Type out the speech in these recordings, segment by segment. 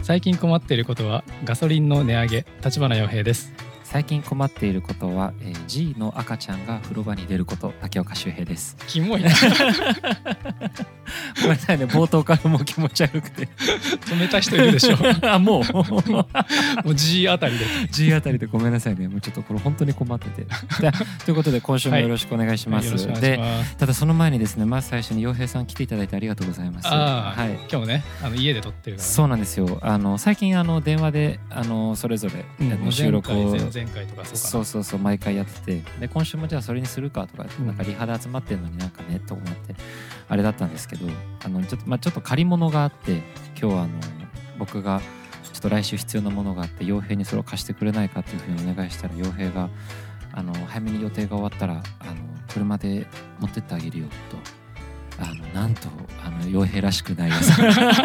最近困っていることはガソリンの値上げ。立花洋平です。 最近困っていることは、G の赤ちゃんが風呂場に出ること。竹岡修平です。 キモいなごめんなさいね、冒頭からもう気持ち悪くて止めた人いるでしょあ、もう G あたりで G あたりでごめんなさいね。もうちょっとこれ本当に困っててということで今週もよろしくお願いします、 はい、よろしくお願いします。 でただその前にですね、まず最初に洋平さん来ていただいてありがとうございます。 はい、 今日もね家で撮ってるから、ね、 そうなんですよ。最近電話でそれぞれ、収録を前回とかそう毎回やってて、で今週もじゃあそれにするかとか、なんかリハで集まってるのになんかねと思ってあれだったんですけど、ちょっと借り物があって、今日は僕がちょっと来週必要なものがあって洋平にそれを貸してくれないかっていうふうにお願いしたら、洋平が早めに予定が終わったら車で持ってってあげるよと。なんと傭兵らしくないです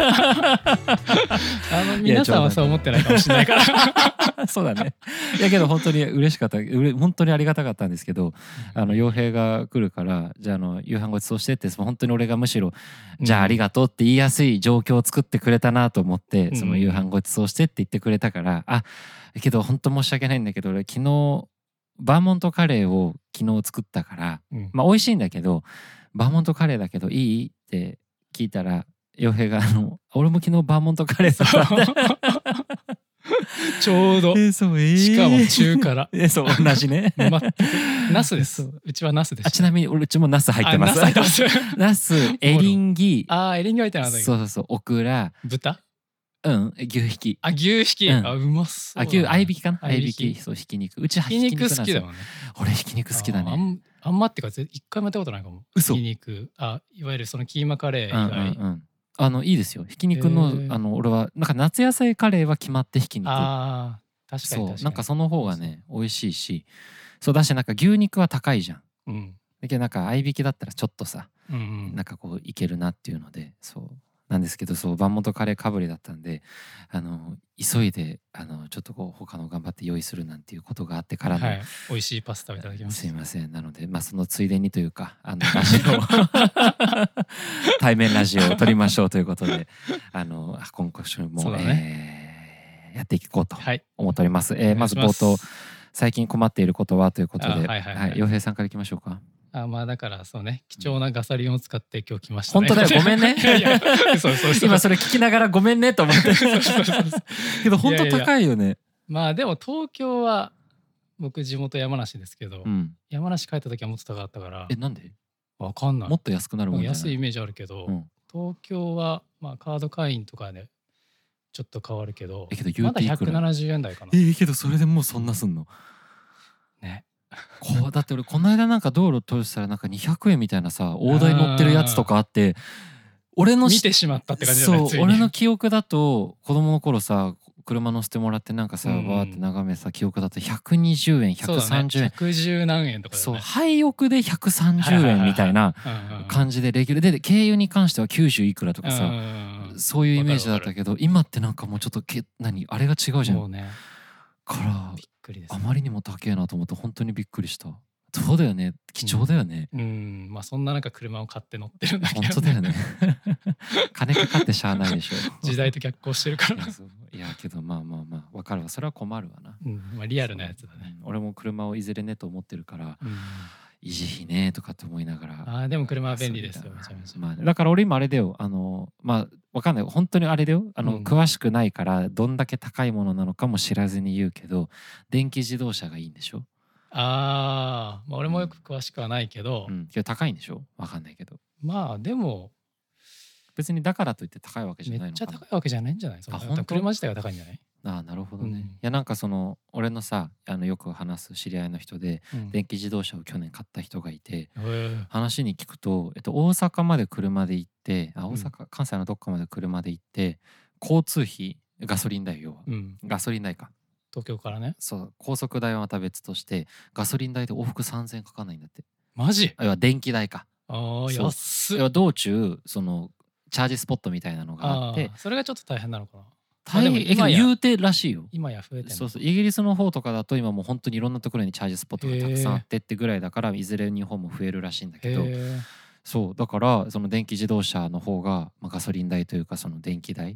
皆さんはそう思ってないかもしれないからそうだね。いやけど本当に嬉しかった、本当にありがたかったんですけど、傭兵が来るからじゃあ夕飯ごちそうしてって、本当に俺がむしろじゃあありがとうって言いやすい状況を作ってくれたなと思って、その夕飯ごちそうしてって言ってくれたから、けど本当申し訳ないんだけど、俺昨日バーモントカレーを昨日作ったから、まあ美味しいんだけど、バーモントカレーだけどいいって聞いたら、洋平が俺も昨日バーモントカレーだったってちょうど、しかも中辛そう同じねナスです。うちはナスです。 ちなみにうちもナス入ってます。ナス、エリンギ、 エリンギ入ってない。 そうオクラ、 豚、 牛ひき。 牛ひき、うまそう。 合いびきかな。合いびき、そうひき肉。うちはひき肉好きだもんね。俺ひき肉好きだね。 あんまってか一回もやったことないかも。 嘘。 ひき肉、いわゆるそのキーマカレー以外。いいですよ。ひき肉の俺はなんか夏野菜カレーは決まってひき肉。 確かにそうなんかその方がね美味しいし、そうだし、なんか牛肉は高いじゃん。だけどなんか合いびきだったらちょっとさ、なんかこういけるなっていうので、そうなんですけど、そうバンモトカレーかぶりだったんで、急いでちょっとこう他の頑張って用意するなんていうことがあってからの、 美味しいパスタをいただきます。 すいません。なのでそのついでにというかラジオ対面ラジオを撮りましょうということで今週も、やっていこうと思っております。まず冒頭、最近困っていることはということで、洋平さんからいきましょうか。 だからそうね、貴重なガソリンを使って今日来ましたね。 本当だよ、ごめんね今それ聞きながらごめんねと思ってけど本当高いよね。 でも東京は僕地元山梨ですけど、山梨帰った時はもっと高かったから。 なんで？ わかんない。 もっと安くなるもんじゃない？ 安いイメージあるけど、東京はカード会員とかでちょっと変わるけど、まだ170円台かな。 けどそれでもうそんなすんのね。 だって俺この間なんか道路通したらなんか200円みたいなさ大台乗ってるやつとかあって、俺の見てしまったって感じだね。 そう俺の記憶だと子供の頃さ、車乗せてもらってなんかさわーって眺めさ、記憶だと120円130円、 110何円とかだよね。 そう廃屋で130円みたいな感じで、レギュラーで軽油に関しては90いくらとかさ、そういうイメージだったけど、今ってなんかもうちょっとあれが違うじゃん。からあまりにも高えなと思って本当にびっくりした。そうだよね、貴重だよね。 そんな中車を買って乗ってるんだけど、 本当だよね金かかってしゃあないでしょ時代と逆行してるからいやけど分かるわ、それは困るわな。 リアルなやつだね。 俺も車をいずれねと思ってるから、維持費ねとかって思いながら。 でも車は便利ですよ、めちゃめちゃ。 だから俺今あれだよ、わかんない、本当にあれだよ、詳しくないからどんだけ高いものなのかも知らずに言うけど、電気自動車がいいんでしょ。 俺もよく詳しくはないけど、 高いんでしょ、わかんないけど。 でも別にだからといって高いわけじゃないのかな。 めっちゃ高いわけじゃないんじゃない？ 本当？ 車自体が高いんじゃない？ なるほどね。いやなんか俺のさよく話す知り合いの人で、電気自動車を去年買った人がいて、話に聞くと、大阪まで車で行って、関西のどっかまで車で行って、交通費ガソリン代、要は、ガソリン代か、 東京からね。 そう高速代はまた別としてガソリン代で往復3000円かかんないんだって。 マジ？ 要は電気代か。 安っ。 要は道中チャージスポットみたいなのがあって、 それがちょっと大変なのかな。 でも言うてらしいよ。 今や増えてる。 そうイギリスの方とかだと今もう本当にいろんなところにチャージスポットがたくさんあってってぐらいだから、いずれ日本も増えるらしいんだけど、そうだからその電気自動車の方が、ガソリン代というかその電気代は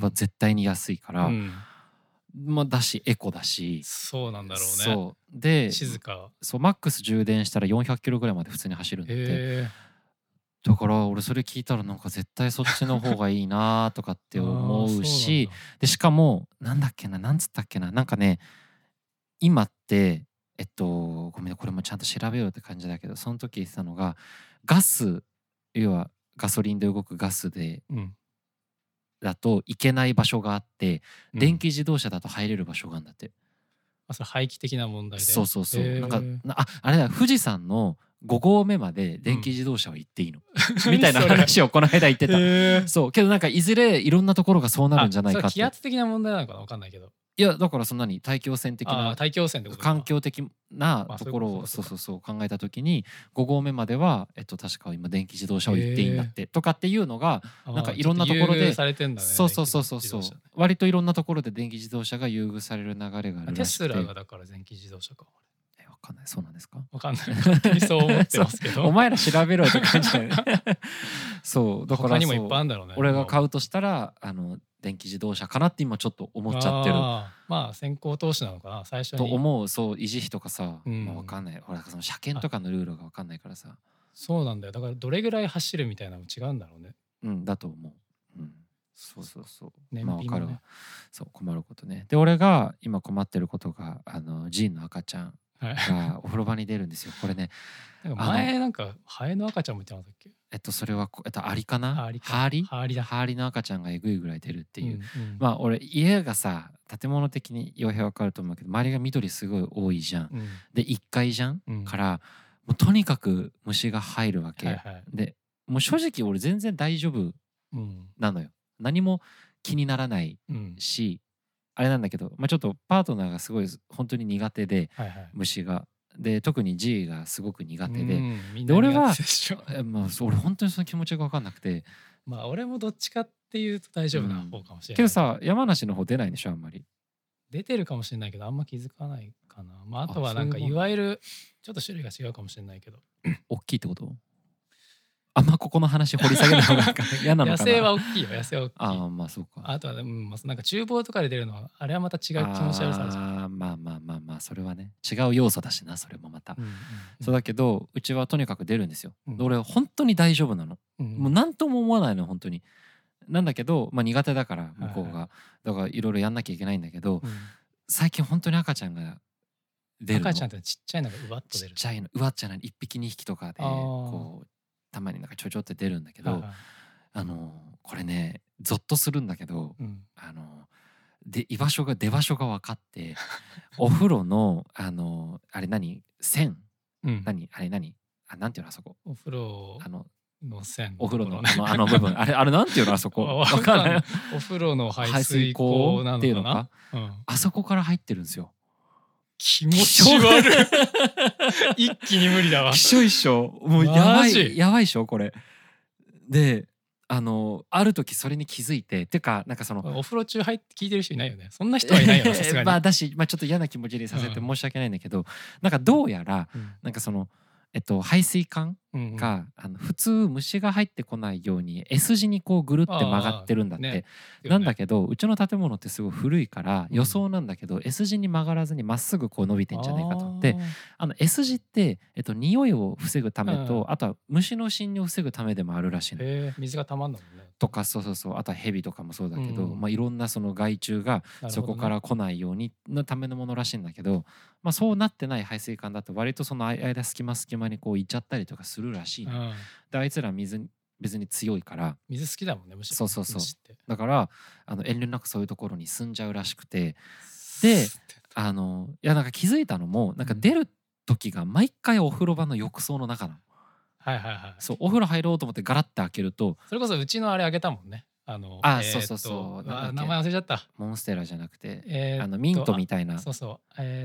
が絶対に安いから、 うんまあ、だしエコだし、 そうなんだろうね。 そうで静か。 そうマックス充電したら400キロぐらいまで普通に走るんだって。 へだから俺それ聞いたらなんか絶対そっちの方がいいなとかってえ。 思うそうし、 なんだ。 でしかもなんだっけな、なんつったっけな、なんかね今ってごめんねこれもちゃんと調べようって感じだけど、その時言ってたのがガス、要はガソリンで動くガスでうんだといけない場所があって、 うん電気自動車だと入れる場所があるんだって。 あ、それ排気的な問題で。 そうそうそう。なんかへえ。 あれだ、富士山の5合目まで電気自動車は行っていいの、みたいな何それ話をこの間言ってた。 へえ。 そうけどなんかいずれいろんなところがそうなるんじゃないそれかって。 気圧的な問題なのかな、わかんないけど。 いやだからそんなに大気汚染的な大気汚染ってことか。 環境的なまあところをそういうことそう考えた時に5合目までは確か今電気自動車を行っていいんだってとかっていうのがなんかいろんなところでされてんだね。 そう電気自動車ね割といろんなところで電気自動車が優遇される流れがあるテらしくて。 スラがだから電気自動車か。 わかんない、そうなんですか。 わかんない。勝手にそう思ってますけど。 お前ら調べろよって感じだよね。そうだから他にもいっぱいあるんだろうね。 俺が買うとしたら電気自動車かなって今ちょっと思っちゃってる。 まあ先行投資なのかな最初に。 と思う。そう維持費とかさ、 うんまあ、分かんない。ほらその車検とかのルールが分かんないからさ。 そうなんだよ。だからどれぐらい走るみたいなのも違うんだろうね。 うんだと思う。うんそう燃まあ費もね分かるわ。そう困ることね。で俺が今困ってることがジーンの赤ちゃんはい。 がお風呂場に出るんですよ。これねなんか前なんかハエの赤ちゃんも言ってなかったっけ？ それはアリかな。 アリかハーリハーリだ。 ハーリの赤ちゃんがえぐいぐらい出るっていう、 うんうんまあ俺家がさ建物的に傭兵わかると思うけど周りが緑すごい多いじゃん。 うんで1階じゃん、 うんからもうとにかく虫が入るわけ、 はいはいでもう正直俺全然大丈夫うんなのよ。何も気にならないうんしあれなんだけど、まあ、ちょっとパートナーがすごい本当に苦手ではいはい。 虫がで特に G がすごく苦手で、 みんな俺は苦手でしょ。 まあ、俺本当にその気持ちが分かんなくて。 まあ俺もどっちかっていうと大丈夫な方かもしれない。 けどさ山梨の方出ないでしょあんまり。 出てるかもしれないけどあんま気づかないかな。まああとはなんかそういうもんいわゆるちょっと種類が違うかもしれないけど。 大きいってこと？あんまここの話掘り下げない方が嫌なのかな。 野生は大きいよ。野生は大きい。 ああまあそうか。 あとは、まあ、なんか厨房とかで出るのはあれはまた違う気持ち悪さあるじゃん。 あまあそれはね違う要素だしなそれもまた、 うんそうだけどうちはとにかく出るんですよ、 うんで俺本当に大丈夫なの、もう何とも思わないの本当に。なんだけど、まあ、苦手だから向こうが、だからいろいろやんなきゃいけないんだけど、最近本当に赤ちゃんが出るの。 赤ちゃんってちっちゃいのがうわっと出る。 ちっちゃいのうわっちゃない1匹2匹とかでこうたまになんかちょって出るんだけど、これねゾッとするんだけど、で出場所が分かってお風呂のあれ何線、何あれ何なんていうのあそこお風呂の線お風呂の部分あれなんていうのあそこわかんない。お風呂の排水口なのっていうのかか、あそこから入ってるんですよ。 気持ち悪い。一気に無理だわ。 きしょいっしょ。もうやばいっしょこれ。である時それに気づいてっていうかなんかそのお風呂中入って聞いてる人いないよね。そんな人はいないよねさすがに。 まあだし、まあ、ちょっと嫌な気持ちにさせて申し訳ないんだけど、なんかどうやらなんかその排水管が普通虫が入ってこないように S 字にこうぐるって曲がってるんだって、なんだけどうちの建物ってすごい古いから予想なんだけど S 字に曲がらずにまっすぐこう伸びてんじゃないかと思って、S 字って匂いを防ぐためとあとは虫の侵入を防ぐためでもあるらしいの。 水が溜まんだもんね。 とかそうあとはヘビとかもそうだけど、まあいろんなその害虫がそこから来ないようにのためのものらしいんだけど、まあそうなってない排水管だと割とその間隙間にこう行っちゃったりとかするらしいの。であいつら別に強いから水好きだもんねむしろ。 そうだから遠慮なくそういうところに住んじゃうらしくて、でいやなんか気づいたのもなんか出る時が毎回お風呂場の浴槽の中なの。そうお風呂入ろうと思ってガラッて開けるとそれこそうちのあれあげたもんね。 そう名前忘れちゃった。 モンステラじゃなくてミントみたいな。 忘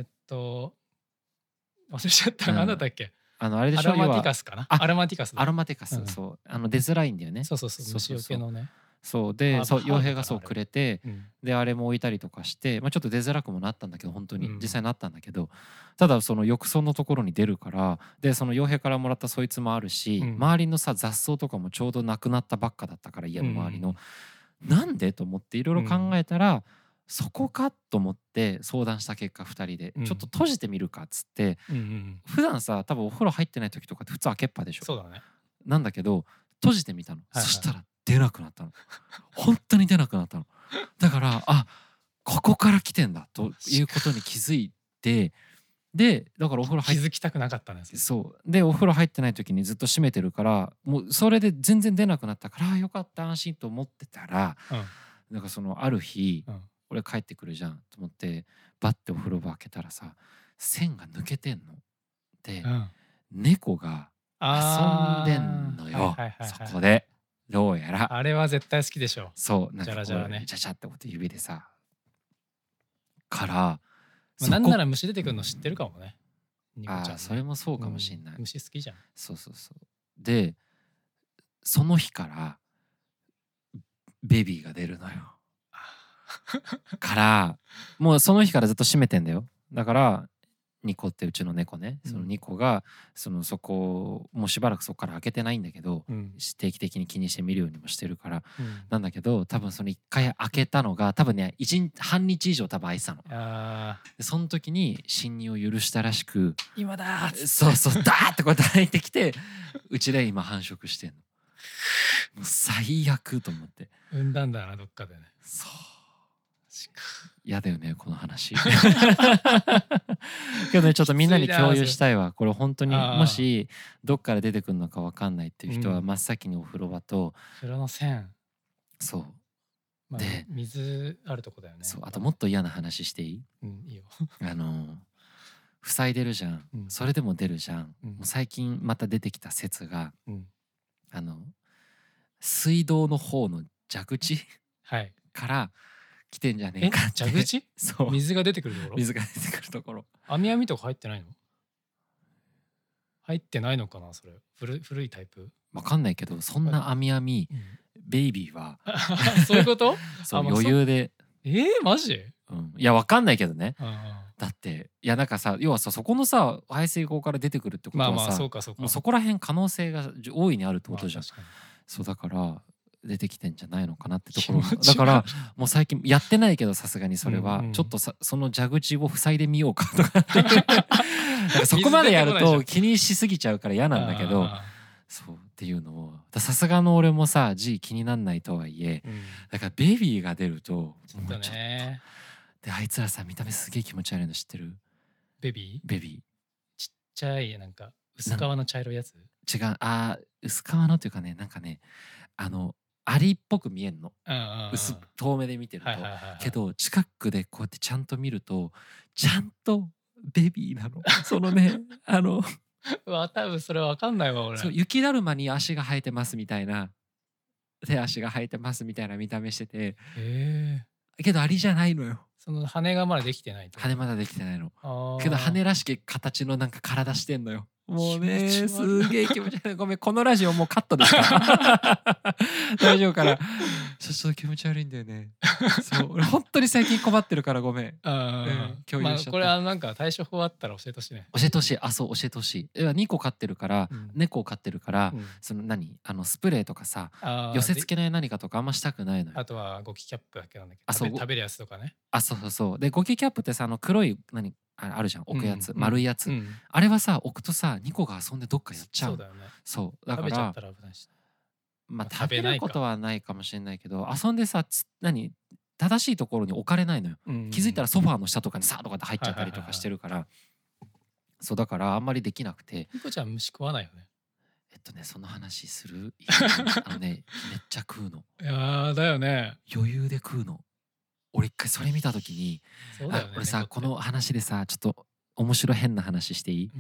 れちゃった。何だったっけ。 あれでしょ。 アロマティカスかな。アロマティカス。 そう出づらいんだよね。 虫除けのね。 そうで傭兵がそうくれて、であれも置いたりとかして、まあ、ちょっと出づらくもなったんだけど本当に実際なったんだけど、ただその浴槽のところに出るからでその傭兵からもらったそいつもあるし、周りのさ雑草とかもちょうどなくなったばっかだったから家の周りの。 なんでと思っていろいろ考えたら、そこかと思って相談した結果2人で、ちょっと閉じてみるかっつって、普段さ多分お風呂入ってない時とかって普通開けっぱでしょ。 そうだね。 なんだけど閉じてみたの、そしたら出なくなったの。本当に出なくなったの。だからここから来てんだということに気づいて、でだからお風呂気づきたくなかったんです。 そうでお風呂入ってない時にずっと閉めてるから、もうそれで全然出なくなったから、よかった安心と思ってたら、なんかそのある日、俺帰ってくるじゃんと思ってバッてお風呂場開けたらさ、線が抜けてんので、猫が遊んでんのよ、そこで。どうやらあれは絶対好きでしょ。 そうなんかジャラジャラね、 ジャジャってこと指でさからなんなら虫出てくるの知ってるかもね。 それもそうかもしんない。 虫好きじゃん。 そうでその日からベビーが出るのよ。からもうその日からずっと閉めてんだよ。だからニコってうちの猫ね、そのニコがそこもうしばらくそこから開けてないんだけど、定期的に気にして見るようにもしてるから、なんだけど多分その1回開けたのが多分ね半日以上多分開いてたの。でその時に侵入を許したらしく、 今だーそうダーってこうやって開いてきてうちで今繁殖してんの。もう最悪と思って。 産んだんだなどっかでね。 そう嫌だよねこの話。けどねちょっとみんなに共有したいわ。これ本当にもしどっから出てくるのか分かんないっていう人は真っ先にお風呂場と、 風呂の線、 そうで水あるとこだよね。 そう、あともっと嫌な話していい？ いいよ。 塞いでるじゃん、それでも出るじゃん。もう最近また出てきた説が、水道の方の蛇口から来てんじゃねえかって。 蛇口？ そう、 水が出てくるところ。 水が出てくるところ。 網とか入ってないの？入ってないのかなそれ。古いタイプ？ わかんないけど、そんな網ベイビーはそういうこと？ そう余裕で。 マジ？ いやわかんないけどね。だっていやなんかさ、要はさそこのさ排水口から出てくるってことはさ、もうそこら辺可能性が大いにあるってことじゃん。そうだから出てきてんじゃないのかなってところ。だからもう最近やってないけど、さすがにそれはちょっとその蛇口を塞いでみようかとかってそこまでやると気にしすぎちゃうから嫌なんだけど、そうっていうのをさすがの俺もさ気になんないとはいえ、だからベビーが出るともうちょっとで、あいつらさ見た目すげえ気持ち悪いの知ってる？ ベビーちっちゃいなんか薄皮の茶色いやつ？ 違う、薄皮のっていうかね、なんかねアリっぽく見えんの、遠目で見てると。けど近くでこうやってちゃんと見るとちゃんとベビーなの。そのね多分それ分かんないわ俺。 そう、雪だるまに足が生えてますみたいな、手足が生えてますみたいな見た目してて、けどアリじゃないのよ。 その羽がまだできてない。 羽まだできてないの。けど羽らしき形のなんか体してんのよ。もうねすげえ気持ち悪い。ごめん、このラジオもうカットですか？大丈夫かな？ちょっと気持ち悪いんだよね。そう、俺本当に最近困ってるからごめん。共有しちゃった。 これはなんか対処法あったら教えてほしいね。 教えてほしい。そう教えてほしい。2個飼ってるから、猫を飼ってるから、そのスプレーとかさ、寄せ付けない何かとかあんましたくないのよ。 あとはゴキキャップだけなんだけど、食べるやつとかね。 そうでゴキキャップってさ黒いあるじゃん、置くやつ、丸いやつ、あれはさ置くとさニコが遊んでどっかやっちゃう。そうだからまあ食べることはないかもしれないけど、遊んでさ正しいところに置かれないのよ。気づいたらソファーの下とかにさとかって入っちゃったりとかしてるから、そうだからあんまりできなくて。 ニコちゃん虫食わないよね。 その話する？めっちゃ食うの。 いやだよね。 余裕で食うの。俺一回それ見た時に、俺さこの話でさちょっと面白い変な話していい？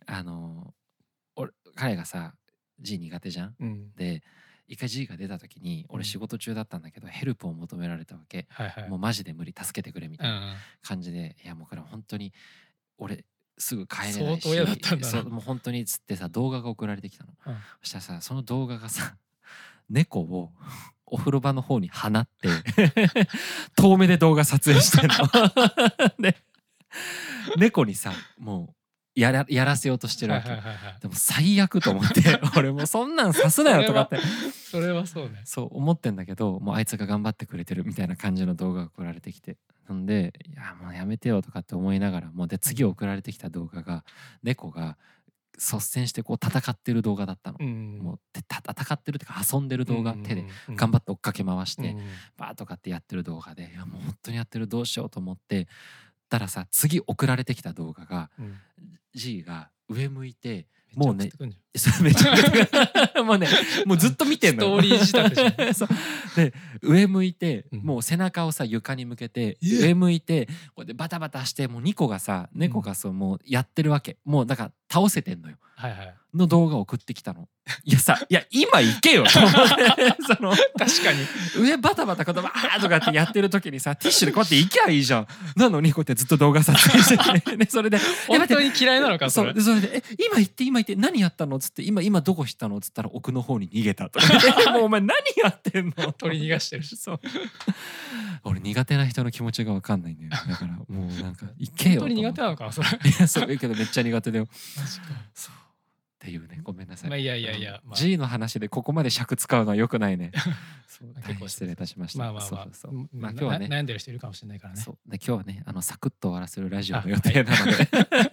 彼がさ G 苦手じゃん。で一回 G が出た時に俺仕事中だったんだけどヘルプを求められたわけ。もうマジで無理、助けてくれみたいな感じで、いやもうこれ本当に俺すぐ帰れないし、もう本当につってさ動画が送られてきたの。そしたらさその動画がさ猫をお風呂場の方に放って遠目で動画撮影してんの。で猫にさもうやらせようとしてるわけ、 はいはいはいはい、 でも最悪と思って俺もうそんなんさすなよとかってそれはそうね、 そう思ってんだけど、もうあいつが頑張ってくれてるみたいな感じの動画が送られてきて、なんでいやもうやめてよとかって思いながら、もうで次送られてきた動画が猫が率先してこう戦ってる動画だったの、もう戦ってるっていうか遊んでる動画、手で頑張って追っかけ回して、バーとかってやってる動画で、いやもう本当にやってる、どうしようと思ってたらさ、次送られてきた動画が、G が上向いてもうね、めちゃもうね、もうずっと見てんのよ。ストーリー仕立てじゃん。で上向いて、もう背中をさ床に向けて上向いてこうでバタバタして、もう2個がさ猫がそうもうやってるわけ、もうだから倒せてんのよ。はいはい。の動画を送ってきたの。いや今行けよと思ってその確かに上バタバタバーとかってやってる時にさティッシュでこうやって行きゃいいじゃん。なのにこうやってずっと動画撮影してね、それで本当に嫌いなのかそれ。 それで今行って何やったのっつって、今どこ行ったのっつったら奥の方に逃げたとかもうお前何やってんの取り逃がしてるし。そう俺苦手な人の気持ちが分かんないんだよ。だからもうなんか行けよ。 本当に苦手なのかそれ。いやそう言うけどめっちゃ苦手だよ。そうっていうね、ごめんなさい。 まあいや、 G の話でここまで尺使うのは良くないね。大変失礼いたしました。 まあ今日はね悩んでる人いるかもしれないからね。 そうで今日はねサクッと終わらせるラジオの予定なので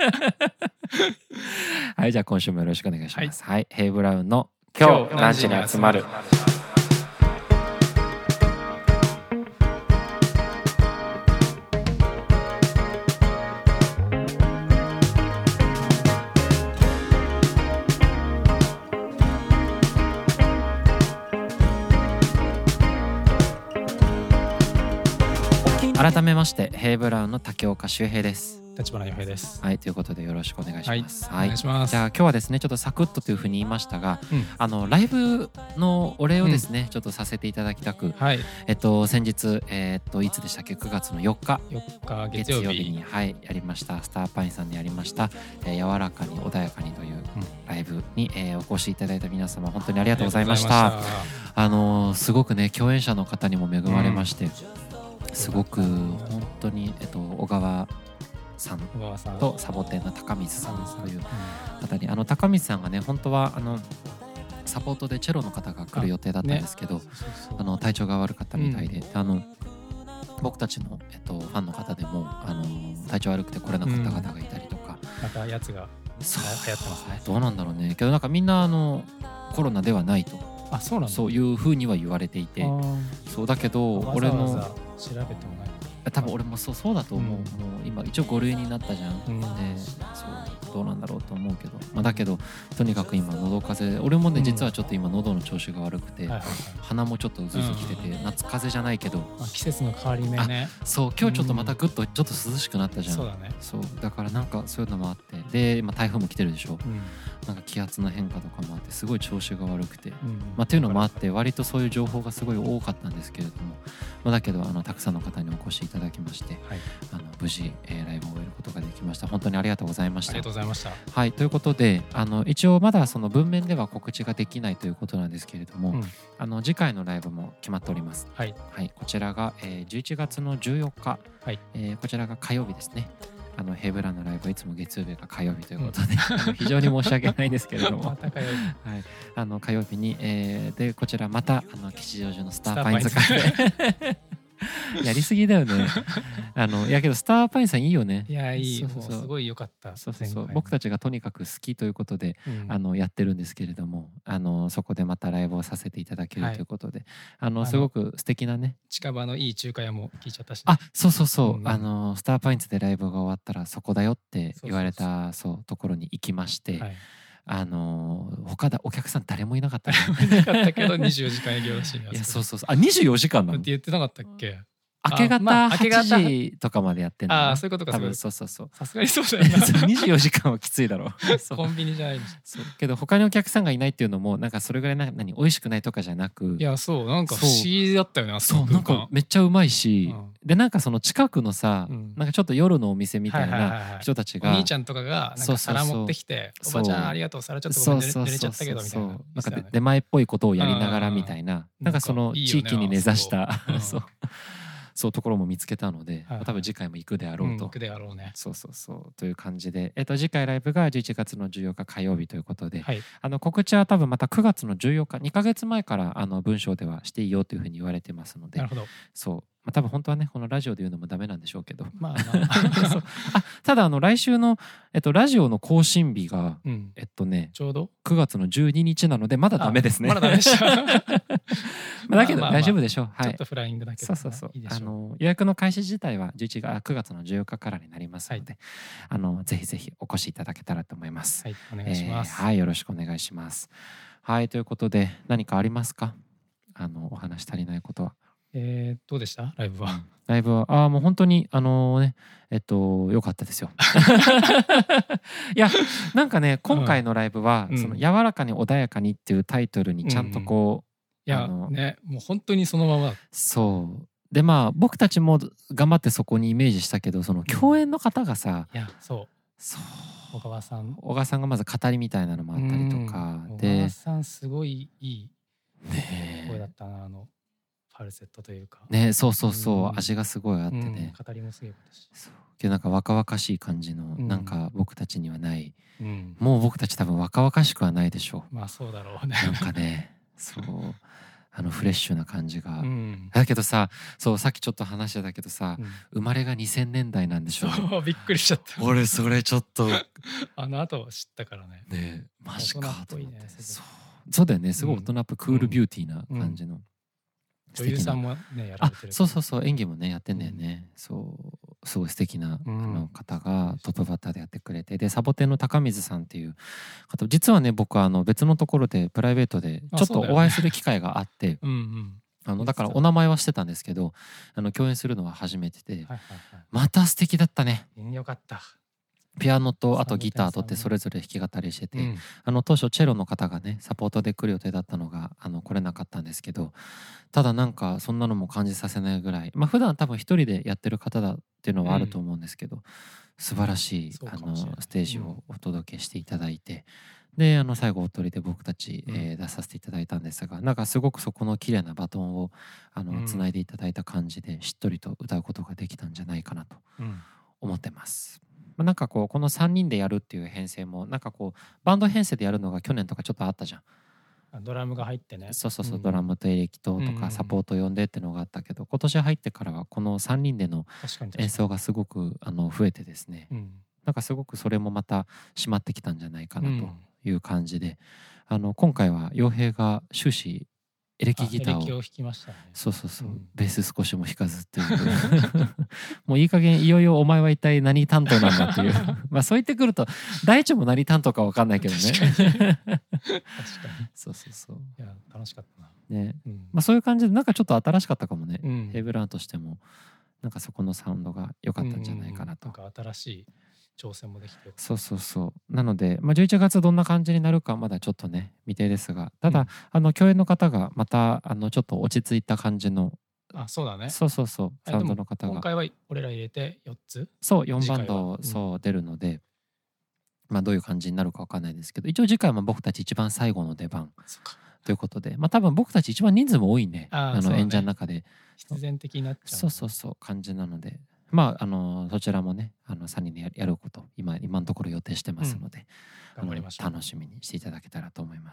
はい、じゃあ今週もよろしくお願いします。はい、ヘイブラウンの今日何時に集まる。改めましてヘイブラウンの竹岡修平です。 立花洋平です。 はい、ということでよろしくお願いします。 はい、お願いします。 じゃあ今日はですねちょっとサクッとというふうに言いましたが、ライブのお礼をですね、ちょっとさせていただきたく、先日いつでしたっけ、9月の4日月曜日にやりましたスターパインさんでやりました柔らかに穏やかにというライブにお越しいただいた皆様本当にありがとうございました。すごくね共演者の方にも恵まれまして、すごく本当に小川さんとサボテンの高水さんという方に、高水さんがね本当はサポートでチェロの方が来る予定だったんですけど、体調が悪かったみたいで、僕たちのファンの方でも体調悪くて来れなかった方がいたりとか、 またやつが流行ってますね。 どうなんだろうね。けどなんかみんなコロナではないと、そういう風には言われていて、そうだけど俺のわざわざ調べてもない多分俺もそうだと思う。もう今一応5類になったじゃん。でそうどうなんだろうと思うけど、だけどとにかく今喉風邪、俺もね実はちょっと今喉の調子が悪くて、鼻もちょっとうずうずきてて、夏風邪じゃないけど季節の変わり目ね。 そう今日ちょっとまたぐっとちょっと涼しくなったじゃん。 そうだね。 そうだからなんかそういうのもあって、で今台風も来てるでしょ。なんか気圧の変化とかもあってすごい調子が悪くて、っていうのもあって割とそういう情報がすごい多かったんですけれども、だけどたくさんの方にお越しいただきまして、無事、ライブを終えることができました。本当にありがとうございました。 ありがとうございました。 はい、ということで一応まだその文面では告知ができないということなんですけれども、次回のライブも決まっております。はい、こちらが、11月の14日、こちらが火曜日ですね。ヘイブラウンのライブはいつも月曜日が火曜日ということで、非常に申し訳ないですけれどもまた火曜日、 火曜日に、でこちらまた吉祥寺のスターパインズカフェやりすぎだよね。いやけどスターパインさんいいよね。 いやいい、すごい良かった。 そう僕たちがとにかく好きということで、やってるんですけれども、そこでまたライブをさせていただけるということで、すごく素敵なね近場のいい中華屋も聞いちゃったし、 そう、スターパインズでライブが終わったらそこだよって言われたところに行きまして、他お客さん誰もいなかったいなかったけど24時間営業らしい。 いやそう24時間なのって言ってなかったっけ。 明け方8時とかまでやってんの。 そういうことか。 多分そうさすがにそうだよな。 24時間はきついだろう。 コンビニじゃないそうけど他にお客さんがいないっていうのもなんかそれぐらい美味しくないとかじゃなく、 いやそうなんか不思議だったよね。 そうなんかめっちゃうまいし、でなんかその近くのさ、なんかちょっと夜のお店みたいな人たちが、 お兄ちゃんとかがなんか皿持ってきて、おばちゃんありがとう、皿ちょっとごめん濡れちゃったけどみたいな、なんか出前っぽいことをやりながらみたいな、なんかその地域に根ざしたそうところも見つけたので、多分次回も行くであろうと、 行くであろうね。 そうという感じで、次回ライブが11月の14日火曜日ということで、告知は多分また9月の14日2ヶ月前から文章ではしていいよというふうに言われてますので、 なるほど。 そう多分本当はねこのラジオで言うのもダメなんでしょうけど、ただ来週の、ラジオの更新日が、 ちょうど 9月の12日なのでまだダメですね。 まだダメでしただけど大丈夫でしょう。 ちょっとフライングだけど、 予約の開始自体は9月の14日からになりますので、ぜひぜひお越しいただけたらと思います。 お願いします。 よろしくお願いします。ということで何かありますか？お話足りないことは。 どうでしたライブは？ ライブはもう本当に良かったですよ。いやなんかね今回のライブは、その柔らかに穏やかにっていうタイトルにちゃんとこう、 いやねもう本当にそのまま。 そうで僕たちも頑張ってそこにイメージしたけど、その共演の方がさ、 そう小川さんがまず語りみたいなのもあったりとかで、 小川さんすごいいい声だったな。ファルセットというかね、そう味がすごいあってね、 語りもすげえことし、 けどなんか若々しい感じの、なんか僕たちにはない、もう僕たち多分若々しくはないでしょう。 まあそうだろうね。 なんかねフレッシュな感じが、だけどさ、さっきちょっと話してたけどさ、生まれが2000年代なんでしょ。 そうびっくりしちゃった。 俺それちょっと後知ったからね。 ねマジかと思って。そうだよね、すごい大人っぽいクールビューティーな感じの。 女優さんもねやられてる。 そう演技もねやってんだよね。すごい素敵な方がトップバッターでやってくれて、でサボテンの高水さんっていう方、実はね僕別のところでプライベートでちょっとお会いする機会があって、だからお名前はしてたんですけど、共演するのは初めてで、また素敵だったね。 よかった。 ピアノとあとギターとってそれぞれ弾き語りしてて、当初チェロの方がねサポートで来る予定だったのが来れなかったんですけど、ただなんかそんなのも感じさせないぐらい、普段多分一人でやってる方だっていうのはあると思うんですけど、素晴らしいステージをお届けしていただいて、で最後おとりで僕たち、出させていただいたんですが、なんかすごくそこの綺麗なバトンをつないでいただいた感じでしっとりと歌うことができたんじゃないかなと思ってます。なんかこの3人でやるっていう編成もなんかバンド編成でやるのが去年とかちょっとあったじゃん。 ドラムが入ってね。 そうドラムとエレキとかサポート呼んでってのがあったけど、今年入ってからはこの3人での演奏がすごく増えてですね、なんかすごくそれもまた締まってきたんじゃないかなという感じで、今回は陽平が終始エレキギターを弾きましたね。 ベース少しも弾かずっていうもういい加減いよいよお前は一体何担当なんだっていうそう言ってくると大地も何担当か分かんないけどね。確かにそういや楽しかったなね。そういう感じでなんかちょっと新しかったかもね、ヘイブランとしてもなんかそこのサウンドが良かったんじゃないかなと。 なんか新しい挑戦もできて、 そうなので、11月どんな感じになるかまだちょっとね未定ですが、ただ、共演の方がまたちょっと落ち着いた感じの、 そうだね、 サウンドの方が今回は俺ら入れて4つ 4バンド出るので、どういう感じになるか分かんないですけど、一応次回も僕たち一番最後の出番ということで、多分僕たち一番人数も多いね、演者の中で必然的になっちゃう。 そう感じなので、そちらもね3人でやること今のところ予定してますので、 頑張りましょう。 楽しみにしていただけたらと思います。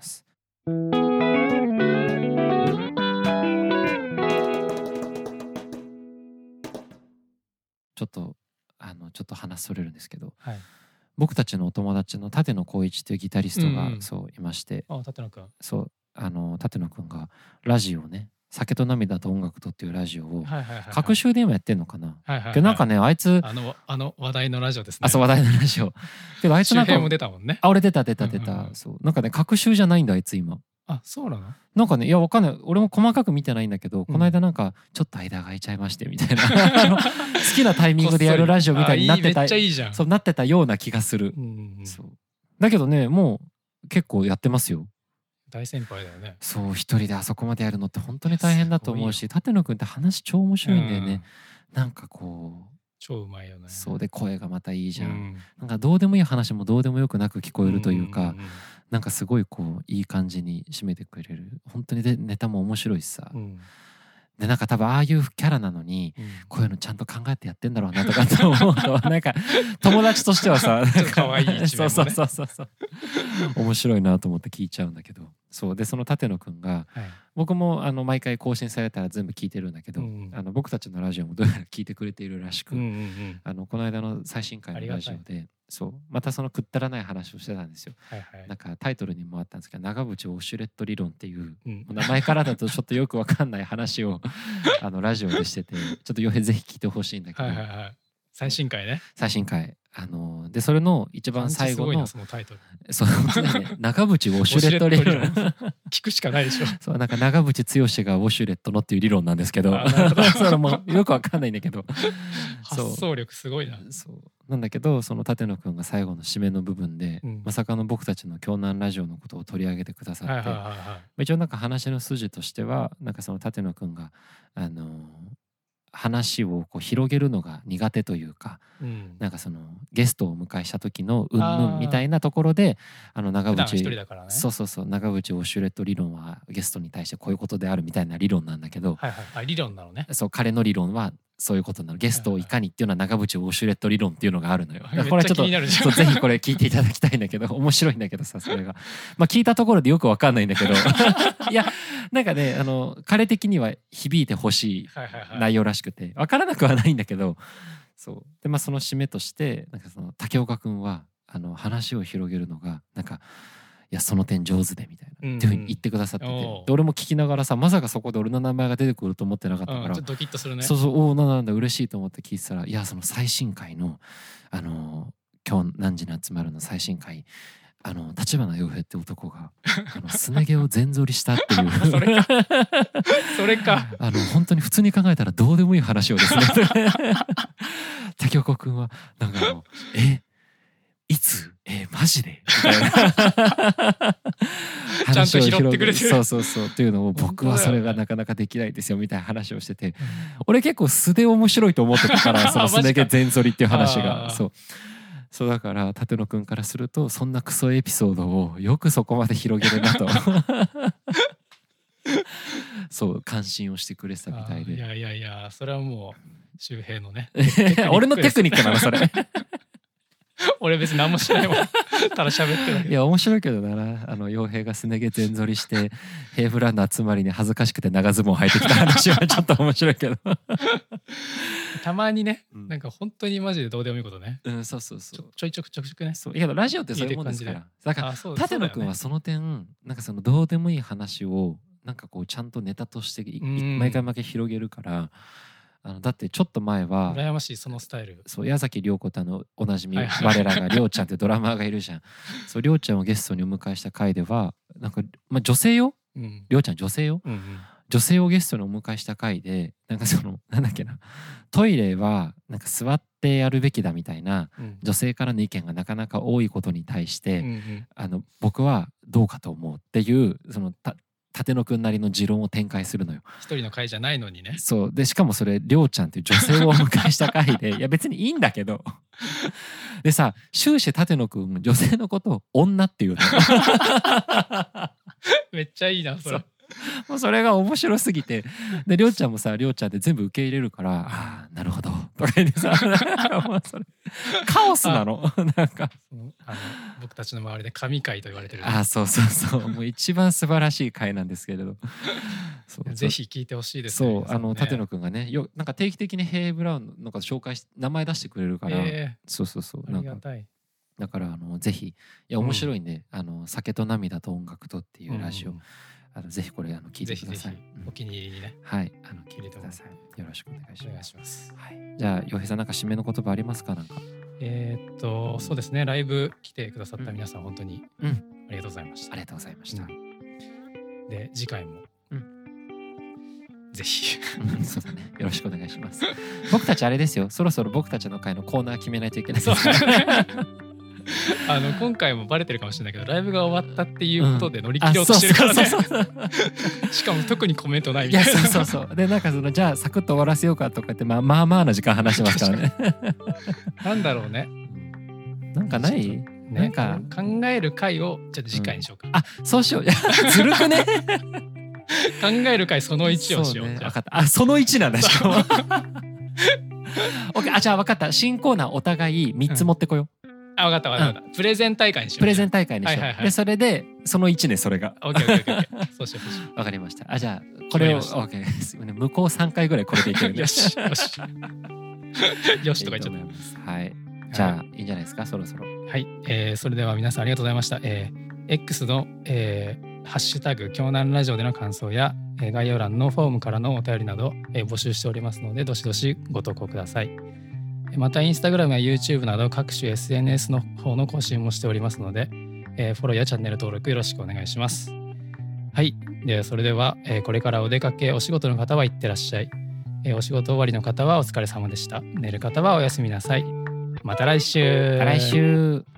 ちょっと話それるんですけど、僕たちのお友達の立野光一というギタリストがいまして、 立野くん立野くんがラジオをね、酒と涙と音楽とっていうラジオを各週で今やってんのかな。けどなんかね、あいつ話題のラジオですね。 話題のラジオ。けどあいつなんか周平も出たもんね。 俺出た。そうなんかね、各週じゃないんだあいつ今。 そうなの？ なんかね、いやわかんない。俺も細かく見てないんだけど、この間なんかちょっと間が空いちゃいましてみたいな好きなタイミングでやるラジオみたいになってた。 めっちゃいいじゃん。 そうなってたような気がする。そうだけどね、もう結構やってますよ。 大先輩だよね。 そう一人であそこまでやるのって本当に大変だと思うし、立野くんって話超面白いんだよね。なんか超うまいよね。 そうで声がまたいいじゃん。なんかどうでもいい話もどうでもよくなく聞こえるというか、なんかすごいいい感じに締めてくれる。本当にネタも面白いしさ。 でなんか多分ああいうキャラなのに、こういうのちゃんと考えてやってんだろうなとかと思うとなんか友達としてはさちょっと可愛い一面もねそう面白いなと思って聞いちゃうんだけど、そうでその舘野くんが、 はい、 僕も毎回更新されたら全部聞いてるんだけど、僕たちのラジオもどうやら聞いてくれているらしく、この間の最新回のラジオでそうまたそのくったらない話をしてたんですよ、はいはい、なんかタイトルにもあったんですけど長渕ウォシュレット理論っていう、名前からだとちょっとよくわかんない話をラジオでしてて、ちょっと洋平ぜひ聞いてほしいんだけど、 最新回ね、 最新回でそれの一番最後のそのタイトルそう、ね、長渕ウォシュレット理論聞くしかないでしょ。 そうなんか長渕剛がウォシュレットのっていう理論なんですけどそれもよくわかんないんだけど発想力すごいな。 そうなんだけど、その舘野くんが最後の締めの部分で、まさかの僕たちの京南ラジオのことを取り上げてくださって、一応なんか話の筋としてはなんかその舘野くんが話をこう広げるのが苦手というか、なんかそのゲストをお迎えした時のうんぬんみたいなところで長渕、 ね、 そう長渕ウォシュレット理論はゲストに対してこういうことであるみたいな理論なんだけど、 理論なのね。 そう彼の理論はそういうことなの。ゲストをいかにっていうのは長渕ウォシュレット理論っていうのがあるのよ。これちょっとぜひこれ聞いていただきたいんだけど面白いんだけどさ、それがまあ聞いたところでよくわかんないんだけどいやなんかね彼的には響いてほしい内容らしくてわからなくはないんだけど、そうでまあその締めとしてなんかその竹岡くんは話を広げるのがなんかいやその点上手でみたいなっていうふうに言ってくださってて、で俺も聞きながらさまさかそこで俺の名前が出てくると思ってなかったから、 ちょっとドキッとするね。 そうおおなんだ嬉しいと思って聞いてたら、いやその最新回の今日何時に集まるの最新回立花洋平って男がすね毛を全剃りしたっていうそれか本当に普通に考えたらどうでもいい話をですね竹岡くんはなんかいつマジでみたいなちゃんと拾ってくれてる。 そうっていうのを僕はそれがなかなかできないですよみたいな話をしてて、俺結構素で面白いと思ってたからそのすね毛全剃りっていう話がそうだから舘野くんからするとそんなクソエピソードをよくそこまで広げるなとそう感心をしてくれてたみたいで、 いやそれはもう周平のね俺のテクニックなのそれ俺別に何もしないもんただ喋ってる。 いや面白いけどな洋平がすね毛全剃りしてヘイフランの集まりに恥ずかしくて長ズボン履いてきた話はちょっと面白いけどたまにね、なんか本当にマジでどうでもいいことね、 そうちょいちょくね。 そういやラジオってそういうもんですからだから舘野くんはその点なんかそのどうでもいい話をなんかこうちゃんとネタとして毎回広げるからだってちょっと前は羨ましいそのスタイル。 そう矢崎涼子とおなじみ我らがりょうちゃんってドラマーがいるじゃんそうりょうちゃんをゲストにお迎えした回ではなんか、まあ、女性よりょうちゃん女性よ、女性をゲストにお迎えした回でなんかそのなんだっけなトイレはなんか座ってやるべきだみたいな、女性からの意見がなかなか多いことに対して、僕はどうかと思うっていうその舘野くんなりの持論を展開するのよ。 一人の回じゃないのにね。 そうでしかもそれりょうちゃんっていう女性をお迎えした回でいや別にいいんだけどでさ終始舘野くん女性のことを女っていうのめっちゃいいなそれ。 もうそれが面白すぎてでりょうちゃんもさりょうちゃんで全部受け入れるからああなるほどとか言ってさもうそれカオスなのなんか僕たちの周りで神回と言われてる、ね、 そうもう一番素晴らしい回なんですけれどぜひ聞いてほしいですね。 そう舘野くんがねなんか定期的にヘイブラウンの方紹介名前出してくれるから、そうありがたい。 だからぜひいや面白いんで、酒と涙と音楽とっていうラジオ、ぜひこれ聞いてください。 お気に入りにね。 はい、聞いてください。よろしくお願いします。 はい。 じゃあ洋平さんなんか締めの言葉ありますかなんか。 そうですね。ライブ来てくださった皆さん本当にありがとうございました。 ありがとうございました。 で次回もぜひそうだね。よろしくお願いします。僕たちあれですよ。そろそろ僕たちの会のコーナー決めないといけないですね。 今回もバレてるかもしれないけどライブが終わったっていうことで乗り切ろうとしてるからね。しかも特にコメントないみたいな。いやそうでなんかじゃあサクッと終わらせようかとかってまあな時間話しますからね。 なんだろうね。 なんかない？なんか考える回をちょっと次回にしようか。 そうしよう。ずるくね。 考える会その1をしよう。 そうね、 じゃ分かった。あ、その1なんだしかも。オッケー、あ、じゃあ分かった。新コーナーお互い3つ持ってこよう。 あ、分かった分かった。プレゼン大会にしよう。 プレゼン大会にしよう。 はいはいはいでそれでその1ね、それが。 オッケーオッケーオッケー。そうしようそうしよわかりました。あ、じゃあこれをオ決まッケー。す向こう3回ぐらいこれでいけるう。 ね。 よしよし。よしとか言っちゃっいいと思います。はい。じゃあいいんじゃないですか、そろそろ。 た。はい、それでは皆さんありがとうございました。X の、ハッシュタグ京南ラジオでの感想や、概要欄のフォームからのお便りなど、募集しておりますので、どしどしご投稿ください。またインスタグラムや YouTube など各種 SNS の方の更新もしておりますので、フォローやチャンネル登録よろしくお願いします。はい。ではそれでは、これからお出かけお仕事の方は行ってらっしゃい。お仕事終わりの方はお疲れ様でした。寝る方はおやすみなさい。また来週。 来週。